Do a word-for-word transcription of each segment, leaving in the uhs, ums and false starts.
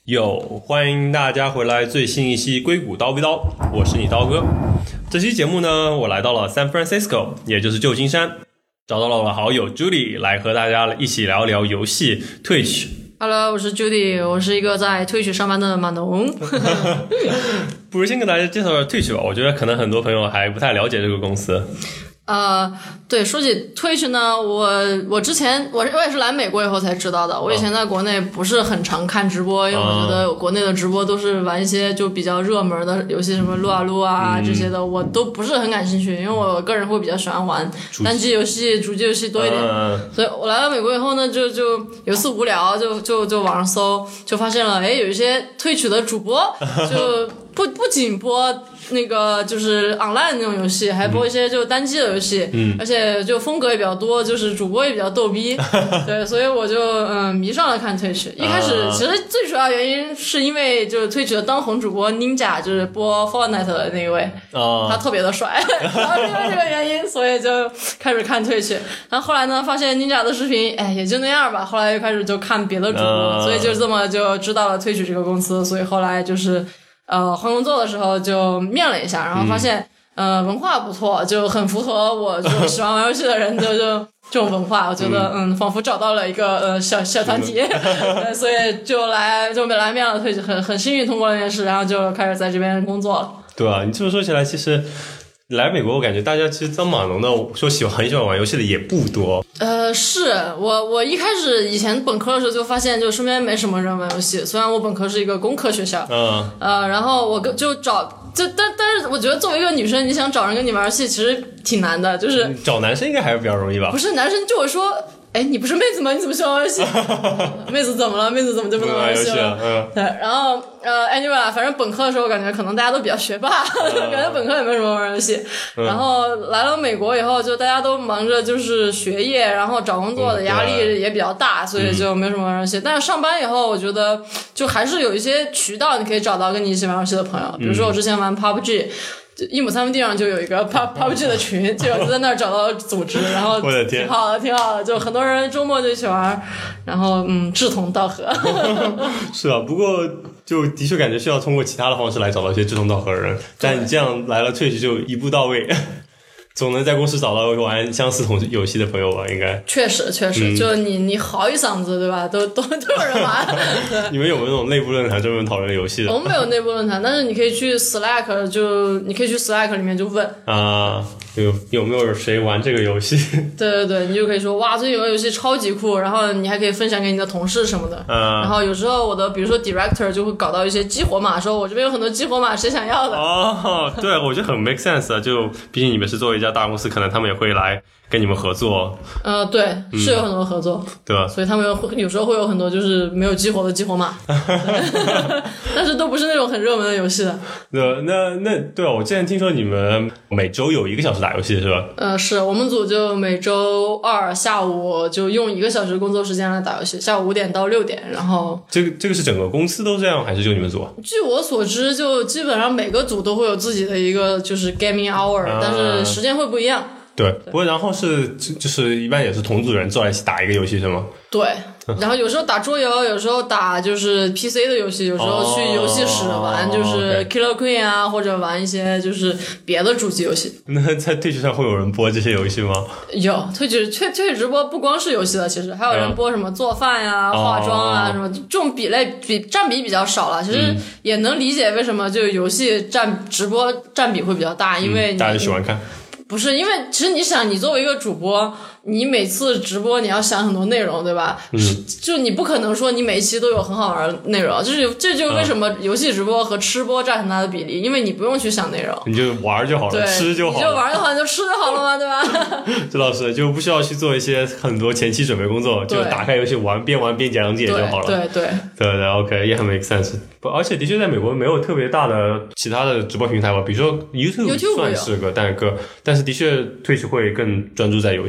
有，欢迎大家回来最新一期硅谷刀逼刀，我是你刀哥。这期节目呢，我来到了 San Francisco， 也就是旧金山，找到了我的好友 Judy 来和大家一起聊聊游戏 Twitch。Hello， 我是 Judy， 我是一个在 Twitch 上班的码农。 不如先跟大家介绍 Twitch 吧，我觉得可能很多朋友还不太了解这个公司。 呃，对，说起 Twitch 呢，我我之前我我也是来美国以后才知道的。我以前在国内不是很常看直播，因为我觉得国内的直播都是玩一些就比较热门的游戏，什么撸啊撸啊、嗯、这些的，我都不是很感兴趣，因为我个人会比较喜欢玩单机游戏、主机游戏多一点。嗯、所以我来到美国以后呢，就就有一次无聊，就就就网上搜，就发现了，哎，有一些 Twitch 的主播就。不不仅播那个就是 online 那种游戏，还播一些就单机的游戏，嗯，而且就风格也比较多，就是主播也比较逗逼，对，所以我就嗯迷上了看 Twitch。一开始其实最主要原因是因为就是 Twitch 的当红主播 Ninja 就是播 Fortnite 的那一位，哦，他特别的帅，然后因为这个原因，所以就开始看 Twitch。然后后来呢，发现 Ninja 的视频，哎，也就那样吧。后来又开始就看别的主播，哦，所以就这么就知道了 Twitch 这个公司。所以后来就是。呃，换工作的时候就面了一下，然后发现、嗯、呃文化不错，就很符合我就喜欢玩游戏的人就就这种文化，我觉得嗯, 嗯，仿佛找到了一个呃小小团体，对，所以就来就来面了，很很幸运通过了面试，然后就开始在这边工作了。 对啊，你这么说起来，其实。来美国我感觉大家其实当码农的说喜欢很喜欢玩游戏的也不多。 呃，是我我一开始以前本科的时候就发现就身边没什么人玩游戏，虽然我本科是一个工科学校，嗯，呃，然后我就找就但但是我觉得作为一个女生，你想找人跟你玩游戏其实挺难的，就是找男生应该还是比较容易吧？ 不是，男生就会说。哎，你不是妹子吗？你怎么喜欢玩游戏？妹子怎么了？妹子怎么就不能玩游戏了？嗯，对。然后呃 ，anyway， 反正本科的时候感觉可能大家都比较学霸，嗯、感觉本科也没什么玩游戏。嗯、然后来了美国以后，就大家都忙着就是学业，然后找工作的压力也比较大，嗯、所以就没什么玩游戏。嗯、但是上班以后，我觉得就还是有一些渠道你可以找到跟你一起玩游戏的朋友，比如说我之前玩 P U B G。一亩三分地上就有一个 P U B G 的群，就我在那儿找到组织，然后挺好的，挺好的，就很多人周末就一起玩，然后嗯，志同道合。 是啊，不过就的确感觉需要通过其他的方式来找到一些志同道合的人，但你这样来了Twitch就一步到位。总能在公司找到玩相似同游戏的朋友吧，应该。 确实确实，嗯、就你你嚎一嗓子对吧，都都都有人玩。 你们有没有那种内部论坛专门讨论游戏的？ 我们没有内部论坛，但是你可以去 Slack， 就你可以去 Slack 里面就问啊，有有没有谁玩这个游戏？对对对，你就可以说哇，最近有个游戏超级酷，然后你还可以分享给你的同事什么的。嗯。然后有时候我的比如说 director 就会搞到一些激活码，说我这边有很多激活码，谁想要的？ 哦，对，我觉得很 make sense 啊，就毕竟你们是作为一家大公司，可能他们也会来跟你们合作。 呃，对，嗯、是有很多合作， 对吧？ 所以他们有有时候会有很多就是没有激活的激活码，但是都不是那种很热门的游戏的。 对，那那对啊，我之前听说你们每周有一个小时打游戏是吧？ 呃，是我们组就每周二下午就用一个小时工作时间来打游戏，下午五点到六点，然后这个这个是整个公司都这样，还是就你们组？ 据我所知，就基本上每个组都会有自己的一个就是 gaming hour，、啊、但是时间会不一样。 对，不过然后是就是一般也是同组人坐在一起打一个游戏是吗？ 对，然后有时候打桌游，有时候打就是 P C 的游戏，有时候去游戏室玩，就是 Killer Queen 啊， oh, okay. 或者玩一些就是别的主机游戏。 那在Twitch上会有人播这些游戏吗？ 有，Twitch Twitch直播不光是游戏的，其实还有人播什么做饭呀、oh. 化妆啊什么，这种比类比占比比较少了。其实也能理解为什么就游戏占直播占比会比较大，因为你、嗯、 大家喜欢看。 不是，因为其实你想，你作为一个主播，你每次直播你要想很多内容，对吧？嗯，就你不可能说你每一期都有很好玩的内容，就是这就是为什么游戏直播和吃播占很大的比例，因为你不用去想内容， 你就玩就好了，吃就好了， 你就玩就好，你就吃就好了嘛，对吧？ 这倒是，就不需要去做一些很多前期准备工作，就打开游戏玩，边玩边讲解就好了。 对对对对对 ，OK， 也很 make sense。不，而且的确在美国没有特别大的其他的直播平台吧，比如说 YouTube, YouTube 算是个单个，但是的确Twitch会更专注在游戏以及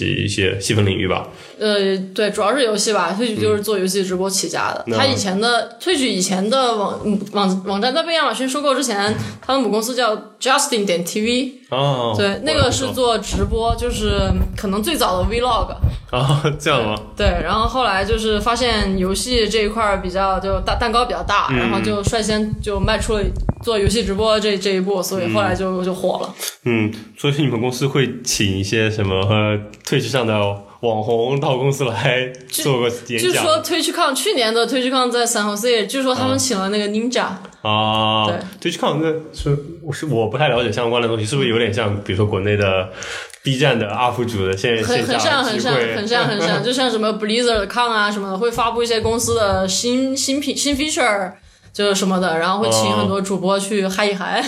及一些细分领域吧。 呃，对，主要是游戏吧。Twitch 就是做游戏直播起家的。嗯、他以前的 Twitch 以前的网网网站在被亚马逊收购之前，他们母公司叫 Justin 点 T V。哦，对，那个是做直播，就是可能最早的 Vlog。 哦，这样吗？ 对，然后后来就是发现游戏这一块比较就大蛋糕比较大，嗯、然后就率先就迈出了做游戏直播这这一步，所以后来就、嗯、就火了。 嗯，所以你们公司会请一些什么和 Twitch 上的网红到公司来做个演讲？ 据说 TwitchCon 去年的 TwitchCon 在 San Jose， 据说他们请了那个 Ninja。 啊，对 TwitchCon 那是是我不太了解相关的东西，是不是有点像比如说国内的 B 站的 U P 主的线线下聚会？ 很像很像很像，就像什么 Blizzard Con 啊什么的，会发布一些公司的新新品新 feature。就是什么的，然后会请很多主播去嗨一嗨，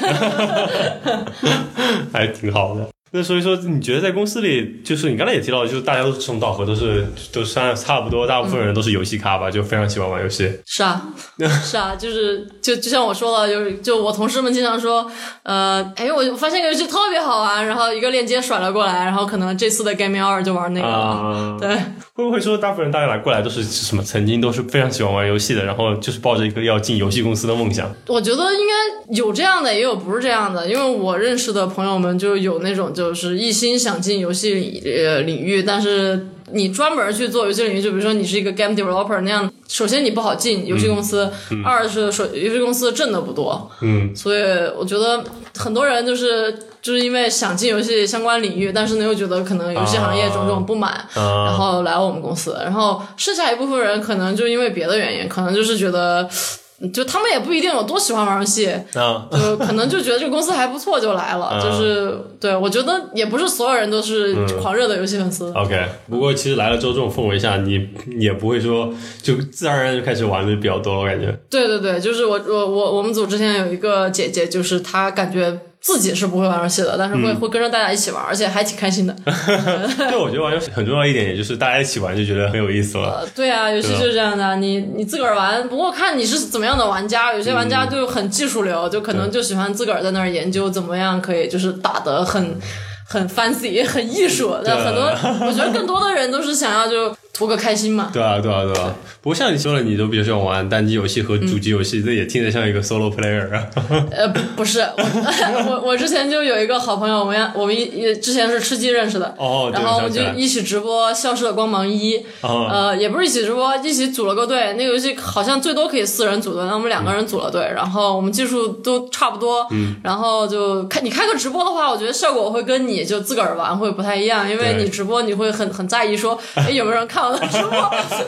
还挺好的。那所以说，你觉得在公司里，就是你刚才也提到，就是大家都志同道合，都是都是差不多，大部分人都是游戏咖吧，嗯、就非常喜欢玩游戏。 是啊，是啊，就是就就像我说了，就是就我同事们经常说，呃，哎，我发现个游戏特别好玩，然后一个链接甩了过来，然后可能这次的 Game Hour 就玩那个了。啊、对， 会不会说大部分人大家来过来都是什么曾经都是非常喜欢玩游戏的，然后就是抱着一个要进游戏公司的梦想？ 我觉得应该有这样的，也有不是这样的，因为我认识的朋友们就有那种就。就是一心想进游戏领呃领域，但是你专门去做游戏领域，就比如说你是一个 game developer 那样，首先你不好进游戏公司，嗯嗯、二是说游戏公司挣的不多，嗯，所以我觉得很多人就是就是因为想进游戏相关领域，但是呢又觉得可能游戏行业种种不满，啊、然后来我们公司，然后剩下一部分人可能就因为别的原因，可能就是觉得。就他们也不一定有多喜欢玩游戏，啊、就可能就觉得这个公司还不错就来了，啊、就是对我觉得也不是所有人都是狂热的游戏粉丝。 嗯、OK， 不过其实来了之后这种氛围下，你也不会说就自然而然就开始玩的比较多了，我感觉。 对对对，就是我我我我们组之前有一个姐姐，就是她感觉。自己是不会玩游戏的，但是会、嗯、会跟着大家一起玩，而且还挺开心的。 对，我觉得玩游戏很重要一点，也就是大家一起玩就觉得很有意思了。 呃、对啊，游戏就是这样的，你你自个儿玩，不过看你是怎么样的玩家，有些玩家就很技术流，嗯、就可能就喜欢自个儿在那儿研究怎么样可以就是打得很很 fancy 很艺术，但很多我觉得更多的人都是想要就图个开心嘛。 对啊对啊对啊。不过像你说了，你都比较喜欢玩单机游戏和主机游戏，嗯、这也听着像一个 solo player 啊。 呃，不是，我我我之前就有一个好朋友，我们我们一之前是吃鸡认识的，哦，然后我们就一起直播《消失的光芒一》，哦，呃，也不是一起直播，一起组了个队。那个游戏好像最多可以四人组队，那我们两个人组了队，嗯、然后我们技术都差不多，嗯，然后就开你开个直播的话，我觉得效果会跟你就自个儿玩会不太一样，因为你直播你会很很在意说，哎，有没有人看我的直播？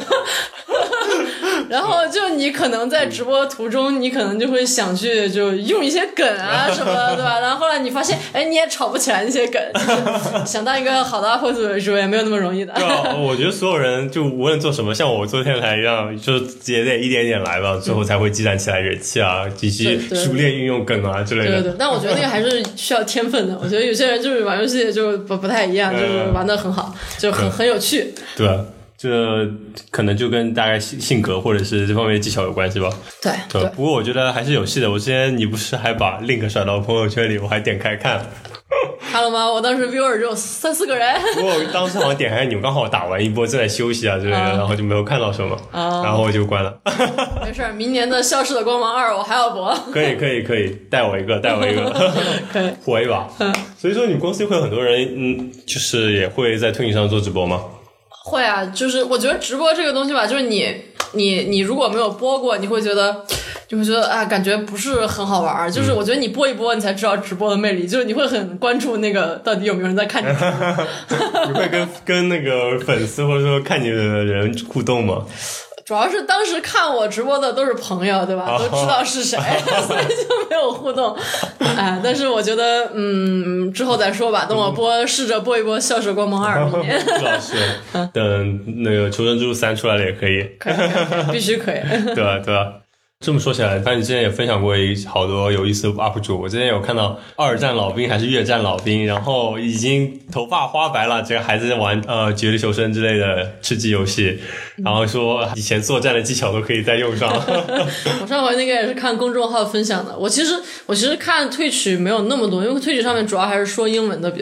然后就你可能在直播途中，你可能就会想去就用一些梗啊什么的，对吧？然后后来你发现，哎，你也炒不起来那些梗，就是想当一个好的 U P 主的时候也没有那么容易的。 对啊，我觉得所有人就无论做什么，像我做电台一样，就也得一点一点来吧，最后才会积攒起来人气啊，以及熟练运用梗啊之类的。 对对对，但我觉得那个还是需要天分的。我觉得有些人就是玩游戏就不不太一样，就是玩得很好，就很很有趣。 对。这可能就跟大概性格或者是这方面的技巧有关系吧。 对对, 对，不过我觉得还是有戏的。我之前你不是还把 link 甩到朋友圈里，我还点开看。 看了吗？我当时 viewer 只有三四个人。 不过我当时好像点开你们刚好打完一波正在休息啊之类的，嗯、然后就没有看到什么，嗯、然后我就关了。 没事，明年的《消失的光芒二》我还要播。 可以可以可以，带我一个，带我一个， 可以火一把。嗯，所以说你们公司会有很多人，嗯，就是也会在 Twitch 上做直播吗？ 会啊，就是我觉得直播这个东西吧，就是你你你如果没有播过，你会觉得就会觉得啊，感觉不是很好玩。就是我觉得你播一播，你才知道直播的魅力，就是你会很关注那个到底有没有人在看你。 你会跟跟那个粉丝或者说看你的人互动吗？ 主要是当时看我直播的都是朋友，对吧？都知道是谁，所以就没有互动。哎，但是我觉得，嗯，之后再说吧。等我播，试着播一播《笑射光芒二》明年。 老师，等那个《求生之路三》出来了也可以。 可以，可以可以必须可以。 对吧？对吧？这么说起来，反正你之前也分享过好多有意思的 U P 主。我之前有看到二战老兵还是越战老兵，然后已经头发花白了，这个还在玩呃绝地求生之类的吃鸡游戏，然后说以前作战的技巧都可以再用上。 我上回那个也是看公众号分享的。我其实我其实看 Twitch 没有那么多，因为 Twitch 上面主要还是说英文的比较多。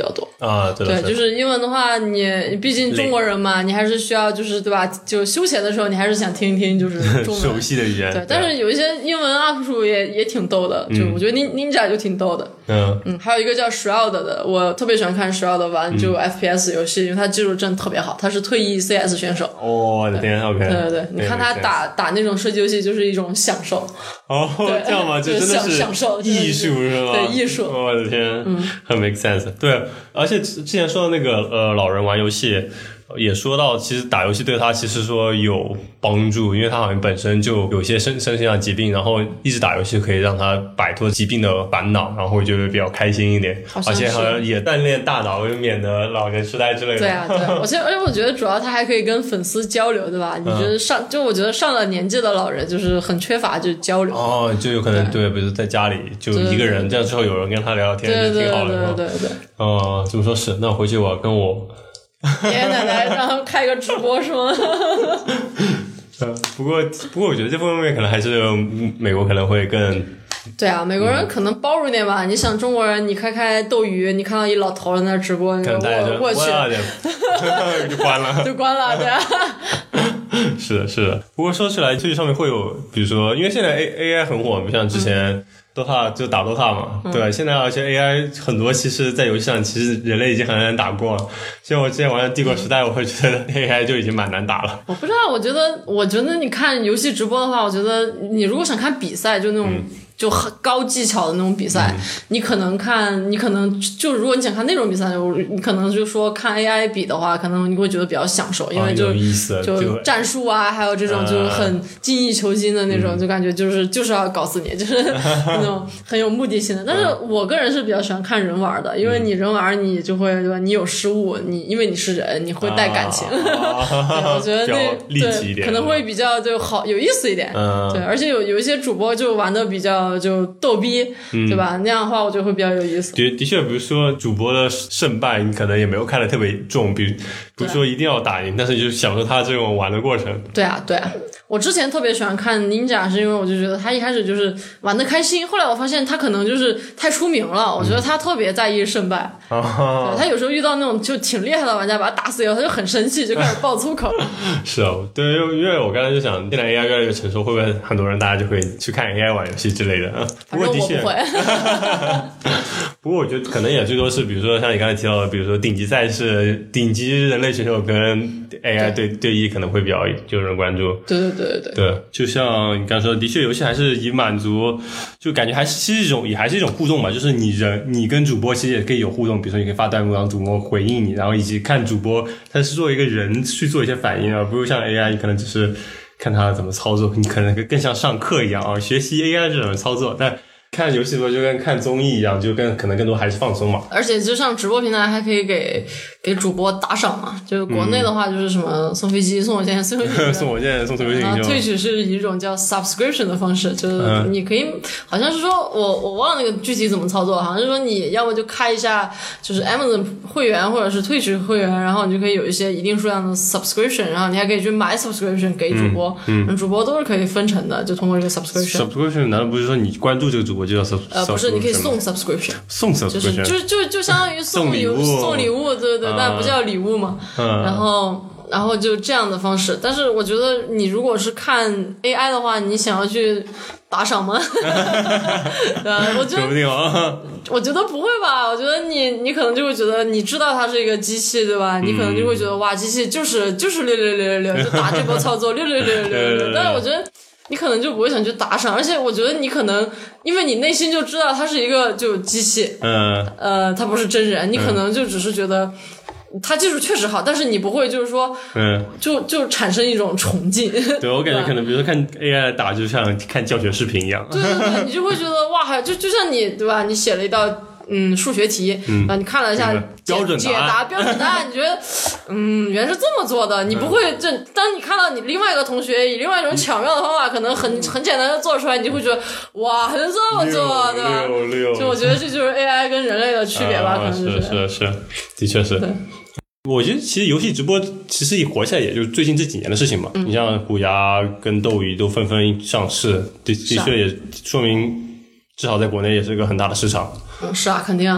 啊，对对，就是英文的话，你毕竟中国人嘛，你还是需要就是对吧？就休闲的时候，你还是想听一听就是中文熟悉的语言。 对，但是有一些英文 U P 主也也挺逗的，就我觉得 Ninja 就挺逗的。 嗯嗯，还有一个叫 Shroud 的，我特别喜欢看 Shroud 玩就 F P S 游戏，因为他技术真的特别好，他是退役 C S 选手。 哦，我的天 ，OK。 对对对，你看他打打那种射击游戏就是一种享受。 哦，这样吗？这真的是享受艺术是吧？ 对，艺术。 我的天，嗯，很 make sense。对，而且之前说的那个呃老人玩游戏。也说到，其实打游戏对他其实说有帮助，因为他好像本身就有些身身体上疾病，然后一直打游戏可以让他摆脱疾病的烦恼，然后就会比较开心一点，而且好像也锻炼大脑，免得老年痴呆之类的。 对啊，对啊，我觉得，而且我觉得主要他还可以跟粉丝交流，对吧？你觉得上，嗯、就我觉得上了年纪的老人就是很缺乏就交流。 哦，就有可能 对, 对，比如在家里就一个人，这样之后有人跟他聊聊天，就挺好的。 对对对对对。 哦、呃，这么说是，那回去我跟我。 爷爷奶奶然后开个直播是吗？ 呃，不过不过我觉得这方面可能还是美国可能会更对啊，美国人可能包容一点吧。嗯、你想中国人，你开开斗鱼，你看到一老头在那直播，你说我过去就关了， 就关了，对啊。 是的，是的。不过说起来，这上面会有，比如说，因为现在 A A I 很火，不像之前。嗯Dota 就打 Dota 嘛，嗯、对，现在而且 A I 很多，其实在游戏上其实人类已经很难打过了。像我之前玩帝国时代，我会觉得 A I 就已经蛮难打了。 我不知道，我觉得，我觉得你看游戏直播的话，我觉得你如果想看比赛，就那种。嗯就很高技巧的那种比赛，嗯、你可能看，你可能就如果你想看那种比赛，你可能就说看 A I 比的话，可能你会觉得比较享受，因为就、 哦、有意思就战术啊，还有这种就是很精益求精的那种，嗯、就感觉就是就是要搞死你，就是那种很有目的性的。但是我个人是比较喜欢看人玩的，因为你人玩你就会对吧？你有失误，你因为你是人，你会带感情，啊、对我觉得那对可能会比较就好有意思一点，嗯、对，而且有有一些主播就玩的比较。就逗逼，嗯、对吧？那样的话，我觉得会比较有意思。 的的确，比如说主播的胜败，你可能也没有看得特别重，比如不是说一定要打赢，但是就享受他这种玩的过程。 对啊，对啊。我之前特别喜欢看 Ninja， 是因为我就觉得他一开始就是玩得开心，后来我发现他可能就是太出名了，我觉得他特别在意胜败。嗯、对，他有时候遇到那种就挺厉害的玩家，把他打死以后，他就很生气，就开始爆粗口。是啊，对，因为我刚才就想，现在 A I 越来越成熟，会不会很多人大家就会去看 A I 玩游戏之类的？不过的确， 我不会。 不过我觉得可能也最多是，比如说像你刚才提到的，比如说顶级赛事、顶级人类选手跟 A I 对对弈，可能会比较有人关注。 对对对对对，就像你刚说，的确游戏还是以满足，就感觉还是其实一种也还是一种互动吧，就是你人你跟主播其实也可以有互动，比如说你可以发弹幕让主播回应你，然后以及看主播他是作为一个人去做一些反应，而不是像 A I 你可能只是看他怎么操作，你可能更像上课一样啊，学习 A I 这种操作，但看游戏直播就跟看综艺一样，就更可能更多还是放松嘛。 而且就像直播平台还可以给给主播打赏嘛，就是国内的话就是什么送飞机、送火箭、送游艇、 送火箭、送飞机。 啊，退取是以一种叫 subscription 的方式，就是你可以，嗯、好像是说我我忘了那个具体怎么操作，好像是说你要么就开一下就是 Amazon 会员或者是退取会员，然后你就可以有一些一定数量的 subscription， 然后你还可以去买 subscription 给主播，嗯，嗯主播都是可以分成的，就通过这个 subscription。subscription 难道不是说你关注这个主播就叫 subscription？ 呃，不是，你可以送 subscription， 送 subscription， 就是就就就相当于送礼物，送礼物，对对，但不叫礼物嘛。嗯、然后然后就这样的方式，但是我觉得你如果是看 A I 的话，你想要去打赏吗？对啊，我觉得说不定啊。 我觉得不会吧？我觉得你你可能就会觉得你知道它是一个机器，对吧？你可能就会觉得哇，机器就是就是六六六六六，就打这波操作六六六六六六。但是我觉得。你可能就不会想去打赏，而且我觉得你可能因为你内心就知道它是一个就机器，嗯，呃，它不是真人，你可能就只是觉得它技术确实好，但是你不会就是说，嗯，就就产生一种崇敬。 对，我感觉可能比如说看 A I 打就像看教学视频一样， 对对对，你就会觉得哇，还就就像你对吧？你写了一道。嗯，数学题，嗯，啊，你看了一下标准解答标准答案，你觉得，嗯，原来是这么做的，你不会这，当你看到你另外一个同学以另外一种巧妙的方法，可能很很简单的做出来，你就会觉得，哇，还能这么做，对吧？就我觉得这就是 A I 跟人类的区别吧， 啊、 可能是是是，的确是。我觉得其实游戏直播其实一火起来，也就是最近这几年的事情嘛。嗯、你像虎牙跟斗鱼都纷纷上市，的的确也说明。至少在国内也是一个很大的市场。 嗯，是啊，肯定啊。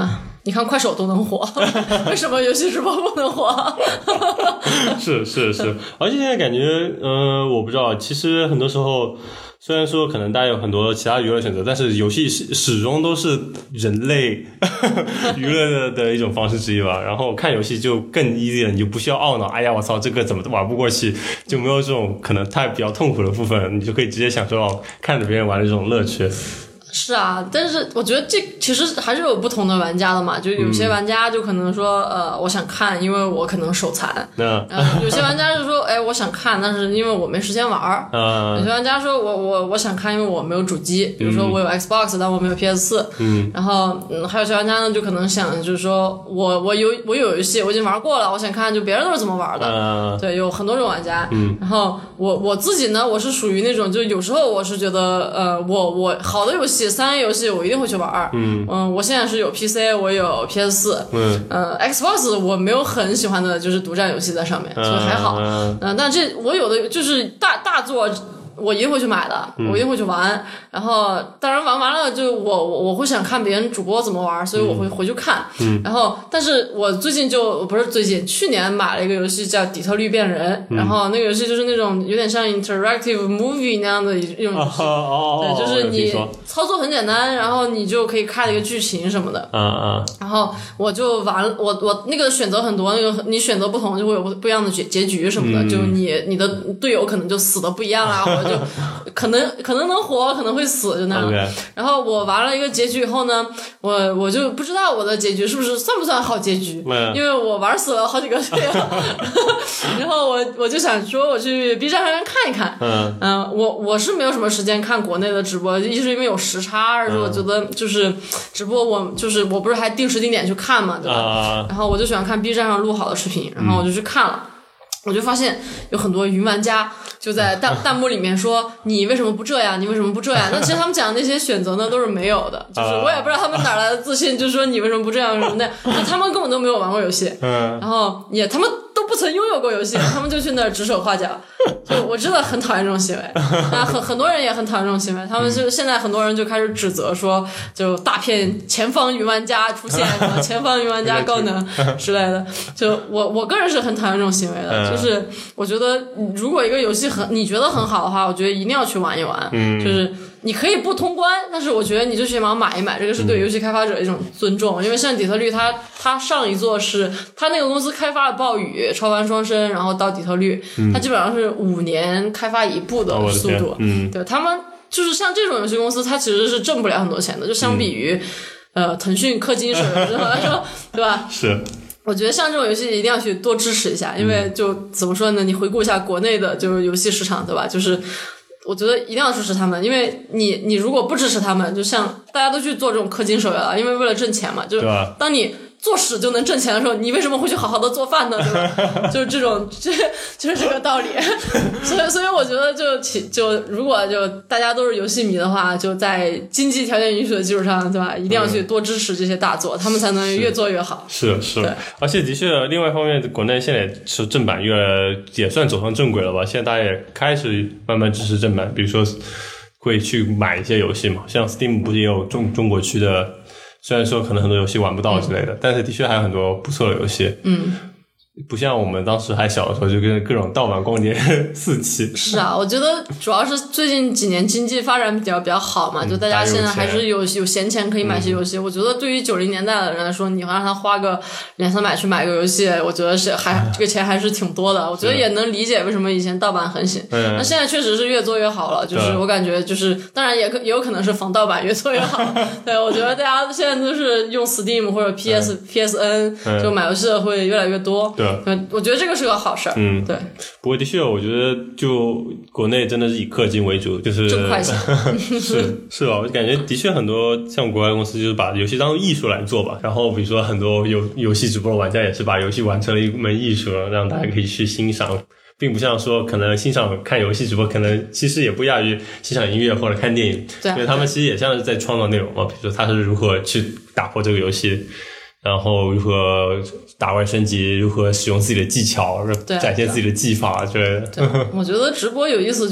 你看快手都能火，为什么游戏直播不能火？ 是是是，而且现在感觉，嗯、呃，我不知道，其实很多时候。虽然说可能大家有很多其他娱乐选择，但是游戏始始终都是人类娱乐的的一种方式之一吧。然后看游戏就更 easy 了，你就不需要懊恼，哎呀我操这个怎么玩不过去，就没有这种可能太比较痛苦的部分，你就可以直接享受到看着别人玩的这种乐趣。 是啊，但是我觉得这其实还是有不同的玩家的嘛，就有些玩家就可能说、嗯、呃，我想看，因为我可能手残，嗯、呃，有些玩家就说，哎，我想看，但是因为我没时间玩，嗯，有些玩家说我我我想看，因为我没有主机，比如说我有 Xbox，、嗯、但我没有 P S 四，嗯，然后嗯，还有些玩家呢就可能想就是说我我有我有游戏我已经玩过了，我想看就别人都是怎么玩的，嗯，对，有很多种玩家，嗯，然后我我自己呢，我是属于那种就有时候我是觉得呃，我我好的游戏。三 A 游戏我一定会去玩，嗯嗯，我现在是有 P C， 我有 P S 四，嗯，呃 ，Xbox 我没有很喜欢的就是独占游戏在上面，所以还好，嗯、呃，但这我有的就是大大作。我一定会去买的，我一定会去玩。嗯、然后，当然玩完了就我我我会想看别人主播怎么玩，所以我会回去看。嗯、然后，但是我最近就不是最近，去年买了一个游戏叫《底特律变人》，嗯、然后那个游戏就是那种有点像 interactive movie 那样的一种游戏，哦、对，就是你操作很简单，然后你就可以看一个剧情什么的。嗯嗯。然后我就玩，我我那个选择很多，那个你选择不同就会有不一样的结结局什么的，嗯、就你你的队友可能就死的不一样啊，或者。就可能可能能活，可能会死，就那样。Okay. 然后我玩了一个结局以后呢，我我就不知道我的结局是不是算不算好结局，嗯、因为我玩死了好几个队友。然后我我就想说，我去 B 站上面看一看。嗯嗯、呃，我我是没有什么时间看国内的直播，一是因为有时差，二是我觉得就是直播我就是我不是还定时定点去看嘛，对吧？嗯、然后我就喜欢看 B 站上录好的视频，然后我就去看了。我就发现有很多云玩家就在弹弹幕里面说你为什么不这样，你为什么不这样？那其实他们讲的那些选择呢都是没有的，就是我也不知道他们哪来的自信，就是说你为什么不这样什么的，那他们根本都没有玩过游戏，然后也他们都不曾拥有过游戏，他们就去那儿指手画脚，就我真的很讨厌这种行为，啊，很很多人也很讨厌这种行为，他们就现在很多人就开始指责说，就大片前方云玩家出现，什么前方云玩家高能之类的，就我我个人是很讨厌这种行为的，就是我觉得如果一个游戏很你觉得很好的话，我觉得一定要去玩一玩，嗯，就是你可以不通关，但是我觉得你就起码买一买，这个是对游戏开发者的一种尊重，嗯、因为像底特律它它上一座是它那个公司开发了暴雨、超凡双生，然后到底特律，嗯、它基本上是五年开发一部的速度，哦、嗯，对他们就是像这种游戏公司，它其实是挣不了很多钱的，就相比于、嗯、呃腾讯氪金水平来说，对吧？ 是。 我觉得像这种游戏一定要去多支持一下，因为就怎么说呢，你回顾一下国内的就是游戏市场，对吧？就是我觉得一定要支持他们，因为你你如果不支持他们，就像大家都去做这种氪金手游了，因为为了挣钱嘛，就是当你做屎就能挣钱的时候，你为什么会去好好的做饭呢？对吧？就是这种，这就是这个道理。所以，所以我觉得就就如果就大家都是游戏迷的话，就在经济条件允许的基础上，对吧？一定要去多支持这些大作，嗯、他们才能越做越好。 是是，是而且的确，另外一方面，国内现在是正版越来也算走上正轨了吧？现在大家也开始慢慢支持正版，比如说会去买一些游戏嘛，像 Steam 不是也有中中国区的。虽然说可能很多游戏玩不到之类的，嗯、但是的确还有很多不错的游戏。嗯，不像我们当时还小的时候，就跟各种盗版光碟四起。 是啊，我觉得主要是最近几年经济发展比较比较好嘛，嗯、就大家现在还是有有闲钱可以买些游戏。嗯、我觉得对于九零年代的人来说，你让他花个两三百去买个游戏，我觉得是还这个钱还是挺多的。我觉得也能理解为什么以前盗版很行。嗯，那现在确实是越做越好了，就是我感觉就是，当然也可也有可能是防盗版越做越好。对，我觉得大家现在都是用 Steam 或者 P S、嗯、P S N 就买游戏的会越来越多。对。我觉得这个是个好事儿，嗯，对。 不过的确，我觉得就国内真的是以氪金为主，就是挣快钱， 是是吧？我感觉的确很多像国外公司就是把游戏当做艺术来做吧。然后比如说很多游游戏直播的玩家也是把游戏玩成了一门艺术，让大家可以去欣赏，并不像说可能欣赏看游戏直播，可能其实也不亚于欣赏音乐或者看电影， 对， 因为他们其实也像是在创造内容嘛。比如说他是如何去打破这个游戏。然后如何打怪升级，如何使用自己的技巧，展现自己的技法之类的。 对，我觉得直播有意思，就是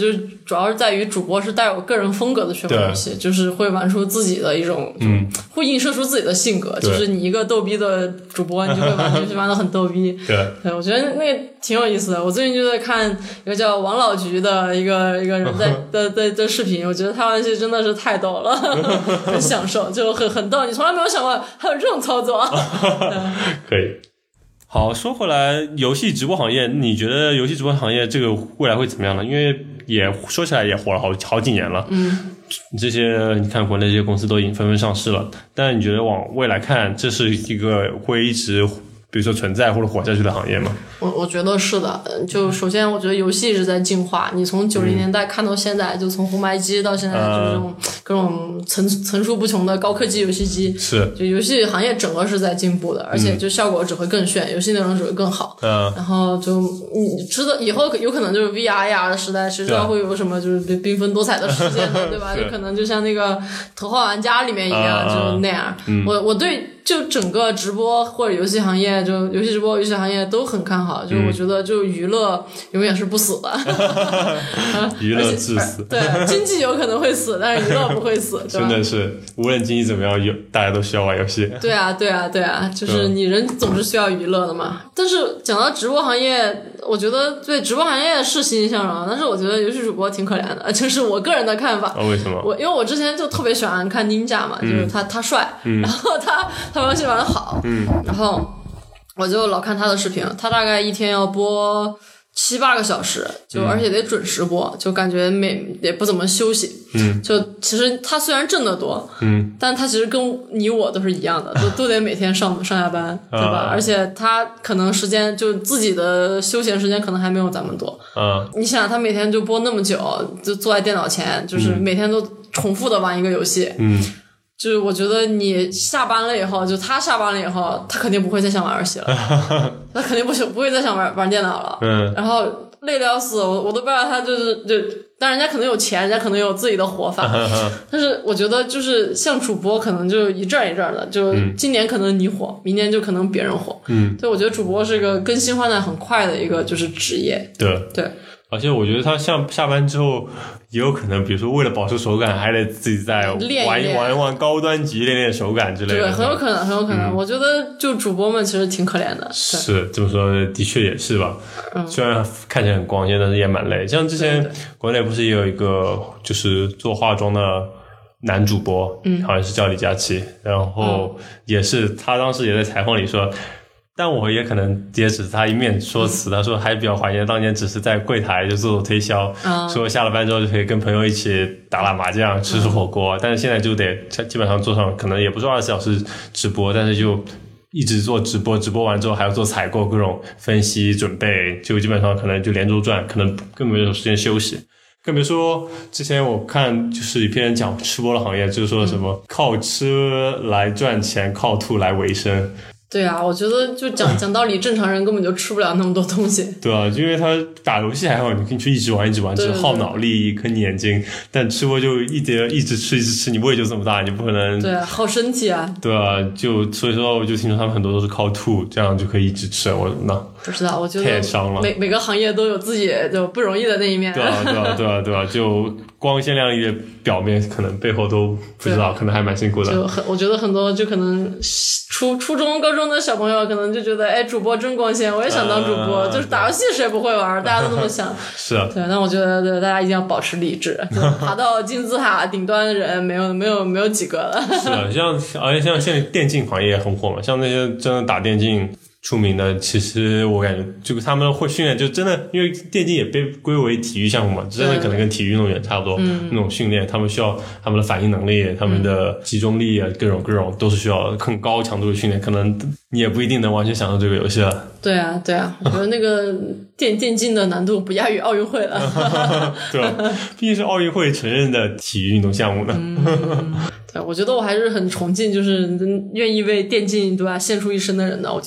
主要是在于主播是带有个人风格的去玩游戏，就是会玩出自己的一种，嗯，会映射出自己的性格。就是你一个逗逼的主播，你就会玩游戏玩得很逗逼。 对， 对，我觉得那个挺有意思的。我最近就在看一个叫王老菊的一个一个人在的的的视频，我觉得他玩游戏真的是太逗了，很享受，就很很逗。你从来没有想过还有这种操作。 可以。好，说回来，游戏直播行业，你觉得游戏直播行业这个未来会怎么样呢？因为也说起来也火了好好几年了， 嗯， 这些你看国内这些公司都已经纷纷上市了，但你觉得往未来看，这是一个会一直比如说存在或者活下去的行业吗？ 我我觉得是的，就首先我觉得游戏一直在进化，你从九零年代看到现在，嗯、就从红白机到现在就是这种、呃、各种层层出不穷的高科技游戏机， 是就游戏行业整个是在进步的，而且就效果只会更炫，嗯、游戏内容只会更好。嗯、呃，然后就你知道以后有可能就是 V R A R 的时代，谁知道会有什么就是缤纷多彩的世界呢？对吧？就可能就像那个头号玩家里面一样，呃、就那样。嗯、我我对。就整个直播或者游戏行业，就游戏直播、游戏行业都很看好。就我觉得，就娱乐永远是不死的， 娱乐至死。 对，经济有可能会死，但是娱乐不会死，对吧？ 真的是，无论经济怎么样，有大家都需要玩游戏。 对啊，对啊，对啊，就是你人总是需要娱乐的嘛。但是讲到直播行业，我觉得对直播行业是欣欣向荣，但是我觉得游戏主播挺可怜的，就是我个人的看法。 哦，为什么？ 我因为我之前就特别喜欢看 Ninja 嘛，嗯、就是他他帅，嗯、然后他。他玩游戏玩得好，嗯，然后我就老看他的视频，他大概一天要播七八个小时，就、嗯、而且得准时播，就感觉没也不怎么休息，嗯，就其实他虽然挣得多，嗯，但他其实跟你我都是一样的，都都得每天上上下班，对吧？啊、而且他可能时间就自己的休闲时间可能还没有咱们多，啊，你想他每天就播那么久，就坐在电脑前，就是每天都重复的玩一个游戏，嗯。就是我觉得你下班了以后，就他下班了以后，他肯定不会再想玩游戏了，他肯定不不会再想玩玩电脑了。嗯，然后累得要死，我我都不知道他就是就，但人家可能有钱，人家可能有自己的活法，但是我觉得就是像主播可能就一阵一阵的，就今年可能你火，明年就可能别人火。嗯，所以我觉得主播是一个更新换代很快的一个就是职业。对对。 而且我觉得他像下班之后也有可能比如说为了保持手感还得自己再玩练一练玩一玩高端级练练手感之类的。 对，很有可能很有可能、嗯、我觉得就主播们其实挺可怜的。 是这么说的确也是吧、嗯、虽然看起来很光鲜但是也蛮累。像之前国内不是也有一个就是做化妆的男主播，嗯，好像是叫李佳琦，然后也是他当时也在采访里说，但我也可能也只是他一面说辞，他说还比较怀念当年只是在柜台就做做推销、嗯、说下了班之后就可以跟朋友一起打打麻将吃吃火锅、嗯、但是现在就得基本上做上可能也不是二十四小时直播，但是就一直做直播，直播完之后还要做采购各种分析准备，就基本上可能就连轴转，可能更没有时间休息。更别说之前我看就是一篇讲吃播的行业，就是说什么靠吃来赚钱，靠吐来维生。 对啊，我觉得就讲讲道理，正常人根本就吃不了那么多东西。 对啊，因为他打游戏还好，你可以去一直玩一直玩，只是耗脑力坑你眼睛。但吃播就一直一直吃一直吃，你胃就这么大，你不可能。 对啊，耗身体啊。 对啊，就所以说我就听说他们很多都是靠吐，这样就可以一直吃。我那不知道，我觉得太伤了。 每每个行业都有自己就不容易的那一面。 对啊，对啊，对啊，对啊，就光鲜亮丽的表面，可能背后都不知道，可能还蛮辛苦的。 就很，我觉得很多就可能初初中、高中的小朋友可能就觉得，哎，主播真光鲜，我也想当主播。呃、就是打游戏谁不会玩，大家都这么想。 是啊。 对，但我觉得对大家一定要保持理智。就爬到金字塔顶端的人，没有没有没有几个了。 是啊，像而且像现在电竞行业也很火嘛，像那些真的打电竞出名的，其实我感觉就他们会训练，就真的因为电竞也被归为体育项目嘛，真的可能跟体育运动员差不多、嗯、那种训练，他们需要他们的反应能力，他们的集中力啊，各种各种都是需要很高强度的训练，可能你也不一定能完全享受这个游戏了。对啊对啊，我觉得那个电电竞的难度不亚于奥运会了。 对啊，毕竟是奥运会承认的体育运动项目呢。 嗯，对，我觉得我还是很崇敬就是愿意为电竞对吧献出一生的人的，我觉得我是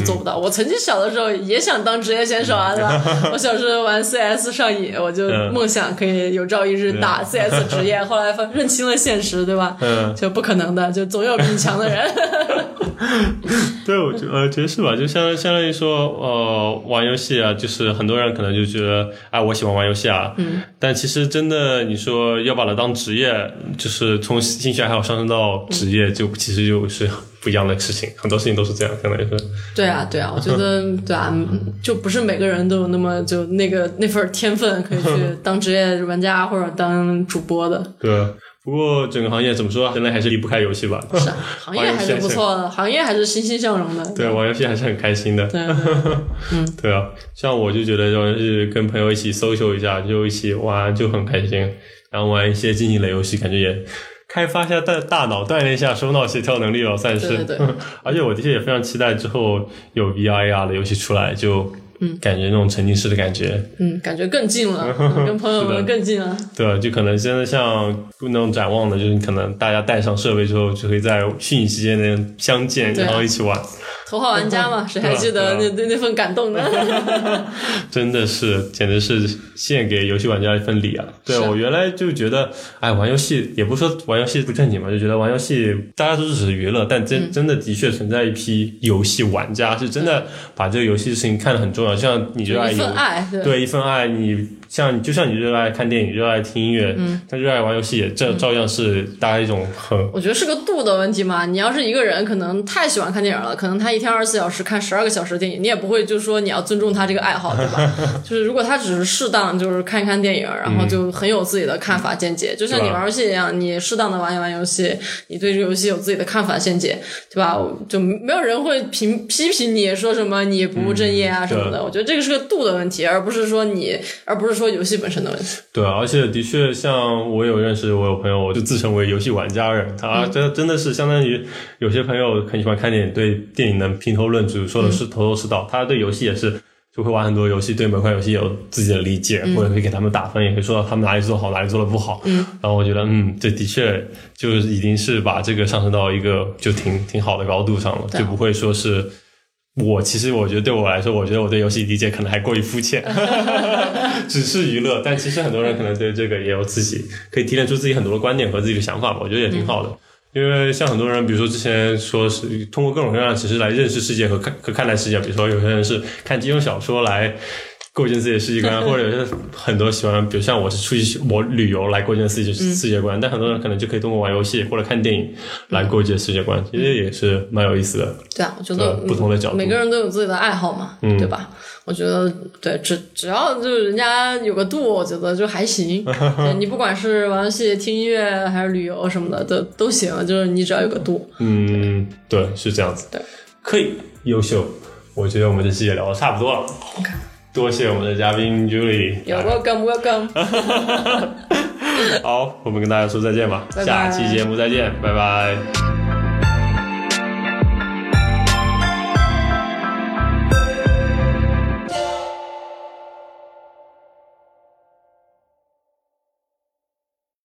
做不到。嗯、我曾经小的时候也想当职业选手啊，对吧？我小时候玩 C S 上瘾，我就梦想可以有朝一日打 C S 职业，后来认清了现实，对吧？嗯，就不可能的，就总有比你强的人。 对，我觉呃觉得是吧？就相相当于说，呃，玩游戏啊，就是很多人可能就觉得，哎，我喜欢玩游戏啊，嗯，但其实真的，你说要把它当职业，就是从兴趣爱好上升到职业，就其实就是不一样的事情，很多事情都是这样，相当于是。对啊，对啊，我觉得对啊，就不是每个人都有那么就那个那份天分可以去当职业玩家或者当主播的。 对啊。不过整个行业怎么说，人类还是离不开游戏吧。 是啊，行业还是不错的，行业还是欣欣向荣的。 对，玩游戏还是很开心的。 对，嗯， 对啊，像我就觉得就是跟朋友一起 social 一下，就一起玩就很开心，然后玩一些竞技类游戏，感觉也开发一下大大脑，锻炼一下手脑协调能力了，算是。 对对对。 而且我的确也非常期待之后有 V R A R 的游戏出来，就。嗯，感觉那种沉浸式的感觉， 嗯，感觉更近了，嗯、跟朋友们更近了。 对，就可能真的像那种展望的，就是可能大家带上设备之后，就可以在虚拟世界内相见，然后一起玩。 头号玩家嘛，谁还记得那那那份感动呢？ 真的是，简直是献给游戏玩家一份礼啊！对，我原来就觉得，哎，玩游戏也不是说玩游戏不正经嘛，就觉得玩游戏大家都是只是娱乐，但真、嗯、真的的确存在一批游戏玩家，是真的把这个游戏的事情看得很重要。像你热爱一份爱，对， 对一份爱，你像就像你热爱看电影、热爱听音乐，嗯，但热爱玩游戏也这照样是大家一种很， 我觉得是个度的问题嘛。你要是一个人可能太喜欢看电影了，可能他一天二十四小时看十二个小时的电影，你也不会就是说你要尊重他这个爱好，对吧？就是如果他只是适当就是看一看电影，然后就很有自己的看法见解，嗯、就像你玩游戏一样，你适当的玩一玩游戏，你对这个游戏有自己的看法见解，对吧？就没有人会评批评你说什么你不务正业啊什么的。嗯、我觉得这个是个度的问题，而不是说你，而不是说游戏本身的问题。 对，而且的确，像我有认识，我有朋友，我就自称为游戏玩家人，他真的真的是相当于有些朋友很喜欢看电影，对电影能评头论足，说的是头头是道。嗯、他对游戏也是就会玩很多游戏，对每款游戏有自己的理解，嗯、或者可以给他们打分，也可以说到他们哪里做好，哪里做的不好。嗯，然后我觉得，嗯，这的确就是已经是把这个上升到一个就挺挺好的高度上了，就不会说是。我其实我觉得对我来说，我觉得我对游戏理解可能还过于肤浅，只是娱乐。但其实很多人可能对这个也有自己可以提炼出自己很多的观点和自己的想法吧，我觉得也挺好的。嗯、因为像很多人，比如说之前说是通过各种各样的形式来认识世界和看和看待世界，比如说有些人是看金庸小说来构建自己的世界观，或者有些很多喜欢，比如像我是出去我旅游来构建自己的世界观，嗯、但很多人可能就可以通过玩游戏或者看电影来构建世界观，嗯、其实也是蛮有意思的。 对啊，我觉得不同的角度， 每个人都有自己的爱好嘛，嗯、对吧？我觉得对，只只要就是人家有个度，我觉得就还行。你不管是玩游戏、听音乐还是旅游什么的，都都行，就是你只要有个度。 嗯，对，是这样子。 对， 可以，优秀。我觉得我们这期也聊得差不多了。 OK。 多谢我们的嘉宾 Julie。 有 welcome welcome。 好，我们跟大家说再见吧， 拜拜， 下期节目再见，拜拜。